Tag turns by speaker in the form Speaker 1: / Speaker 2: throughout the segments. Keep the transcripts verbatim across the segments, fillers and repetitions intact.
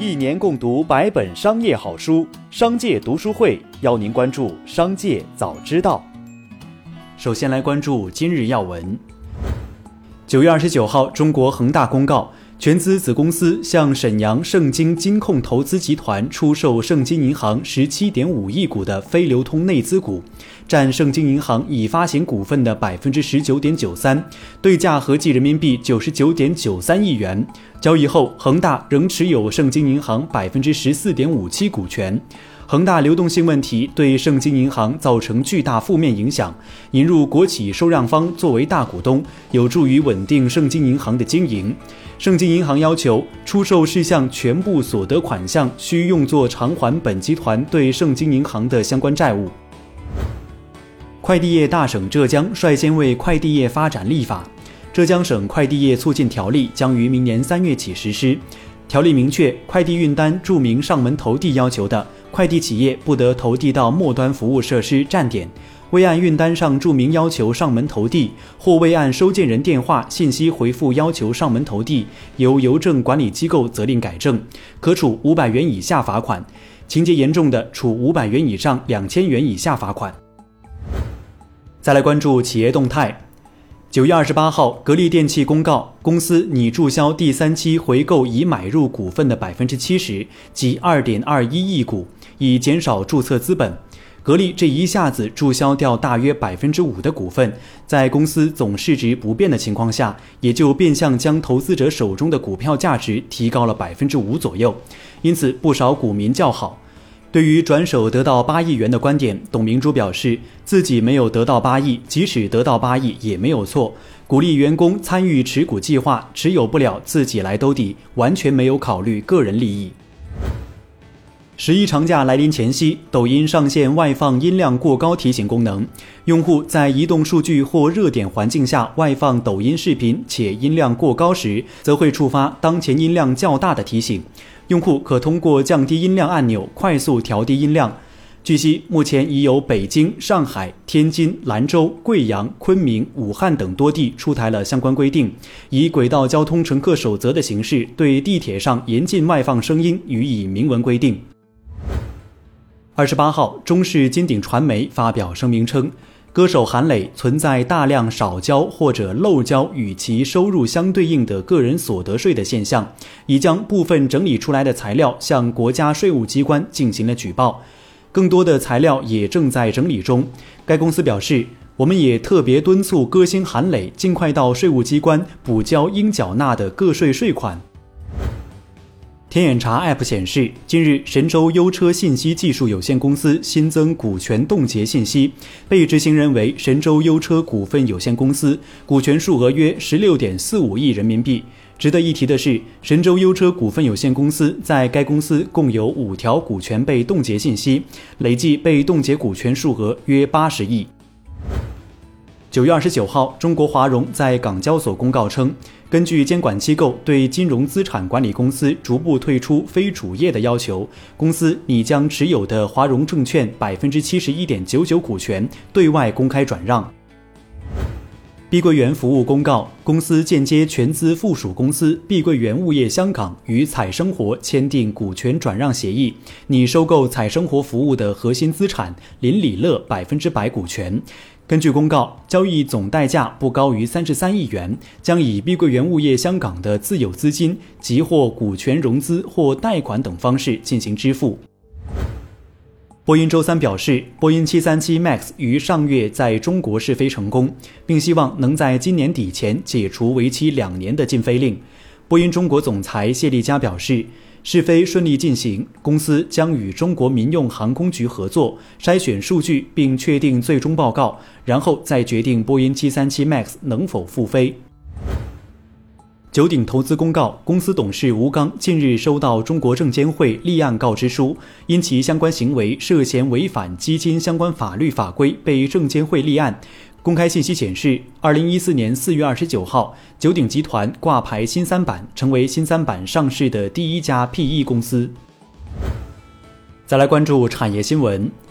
Speaker 1: 一年共读百本商业好书，商界读书会邀您关注商界早知道。首先来关注今日要闻。九月二十九号，中国恒大公告，全资子公司向沈阳盛京金控投资集团出售盛京银行 十七点五亿股的非流通内资股，占盛京银行已发行股份的 百分之十九点九三， 对价合计人民币 九十九点九三亿元。交易后，恒大仍持有盛京银行 百分之十四点五七 股权。恒大流动性问题对盛京银行造成巨大负面影响，引入国企收让方作为大股东，有助于稳定盛京银行的经营。盛京银行要求出售事项全部所得款项需用作偿还本集团对盛京银行的相关债务。快递业大省浙江率先为快递业发展立法，浙江省快递业促进条例将于明年三月起实施。条例明确，快递运单注明上门投递要求的，快递企业不得投递到末端服务设施站点；未按运单上注明要求上门投递，或未按收件人电话信息回复要求上门投递，由邮政管理机构责令改正，可处五百元以下罚款；情节严重的，处五百元以上两千元以下罚款。再来关注企业动态。九月二十八号，格力电器公告，公司拟注销第三期回购已买入股份的 百分之七十， 即 二点二一亿股，以减少注册资本。格力这一下子注销掉大约 百分之五 的股份，在公司总市值不变的情况下，也就变相将投资者手中的股票价值提高了 百分之五 左右，因此不少股民叫好。对于转手得到八亿元的观点，董明珠表示，自己没有得到八亿，即使得到八亿也没有错，鼓励员工参与持股计划，持有不了自己来兜底，完全没有考虑个人利益。十一长假来临前夕，抖音上线外放音量过高提醒功能，用户在移动数据或热点环境下外放抖音视频且音量过高时，则会触发当前音量较大的提醒。用户可通过降低音量按钮快速调低音量。据悉，目前已有北京、上海、天津、兰州、贵阳、昆明、武汉等多地出台了相关规定，以轨道交通乘客守则的形式对地铁上严禁外放声音予以明文规定。二十八号，中视金鼎传媒发表声明称，歌手韩磊存在大量少交或者漏交与其收入相对应的个人所得税的现象，已将部分整理出来的材料向国家税务机关进行了举报，更多的材料也正在整理中。该公司表示，我们也特别敦促歌星韩磊尽快到税务机关补交应缴纳的个税税款。天眼查 App 显示，近日神州优车信息技术有限公司新增股权冻结信息，被执行人为神州优车股份有限公司，股权数额约 十六点四五亿人民币。值得一提的是，神州优车股份有限公司在该公司共有五条股权被冻结信息，累计被冻结股权数额约八十亿。九月二十九号，中国华融在港交所公告称，根据监管机构对金融资产管理公司逐步退出非主业的要求，公司拟将持有的华融证券 百分之七十一点九九 股权对外公开转让。碧桂园服务公告，公司间接全资附属公司碧桂园物业香港与彩生活签订股权转让协议，拟收购彩生活服务的核心资产邻里乐百分之百股权。根据公告，交易总代价不高于三十三亿元，将以碧桂园物业香港的自有资金及或股权融资或贷款等方式进行支付。波音周三表示，波音七三七 MAX 于上月在中国试飞成功，并希望能在今年底前解除为期两年的禁飞令。波音中国总裁谢立佳表示，试飞顺利进行，公司将与中国民用航空局合作，筛选数据并确定最终报告，然后再决定波音七三七 MAX 能否复飞。九鼎投资公告，公司董事吴刚近日收到中国证监会立案告知书，因其相关行为涉嫌违反基金相关法律法规，被证监会立案。公开信息显示，二零一四年四月二十九号，九鼎集团挂牌新三板，成为新三板上市的第一家 P E 公司。再来关注产业新闻。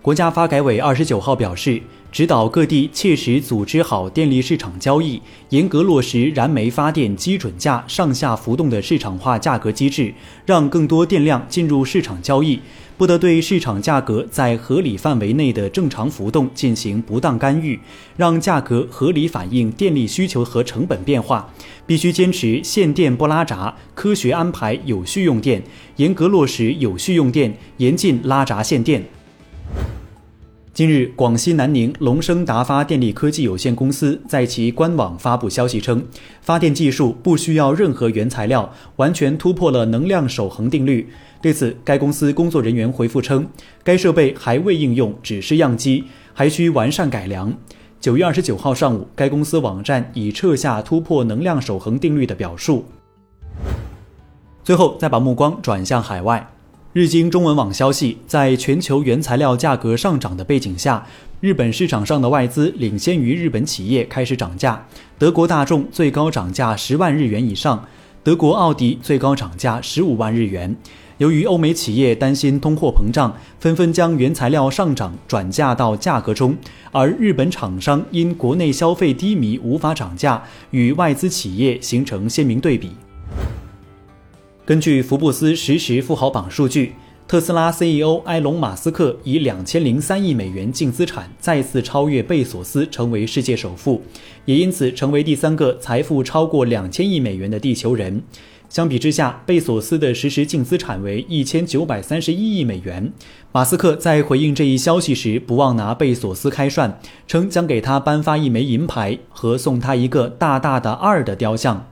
Speaker 1: 国家发改委二十九号表示，指导各地切实组织好电力市场交易，严格落实燃煤发电基准价上下浮动的市场化价格机制，让更多电量进入市场交易，不得对市场价格在合理范围内的正常浮动进行不当干预，让价格合理反映电力需求和成本变化。必须坚持限电不拉闸，科学安排有序用电，严格落实有序用电，严禁拉闸限电。近日，广西南宁龙升达发电力科技有限公司在其官网发布消息称，发电技术不需要任何原材料，完全突破了能量守恒定律。对此，该公司工作人员回复称，该设备还未应用，只是样机，还需完善改良。九月二十九号上午，该公司网站已撤下突破能量守恒定律的表述。最后，再把目光转向海外。日经中文网消息，在全球原材料价格上涨的背景下，日本市场上的外资领先于日本企业开始涨价。德国大众最高涨价十万日元以上，德国奥迪最高涨价十五万日元。由于欧美企业担心通货膨胀，纷纷将原材料上涨转嫁到价格中，而日本厂商因国内消费低迷无法涨价，与外资企业形成鲜明对比。根据福布斯实时富豪榜数据，特斯拉 C E O 埃隆·马斯克以两千零三亿美元净资产再次超越贝索斯，成为世界首富，也因此成为第三个财富超过两千亿美元的地球人。相比之下，贝索斯的实时净资产为一千九百三十一亿美元。马斯克在回应这一消息时，不忘拿贝索斯开涮，称将给他颁发一枚银牌和送他一个大大的二的雕像。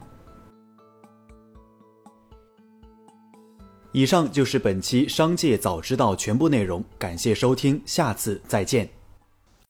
Speaker 1: 以上就是本期商界早知道全部内容，感谢收听，下次再见。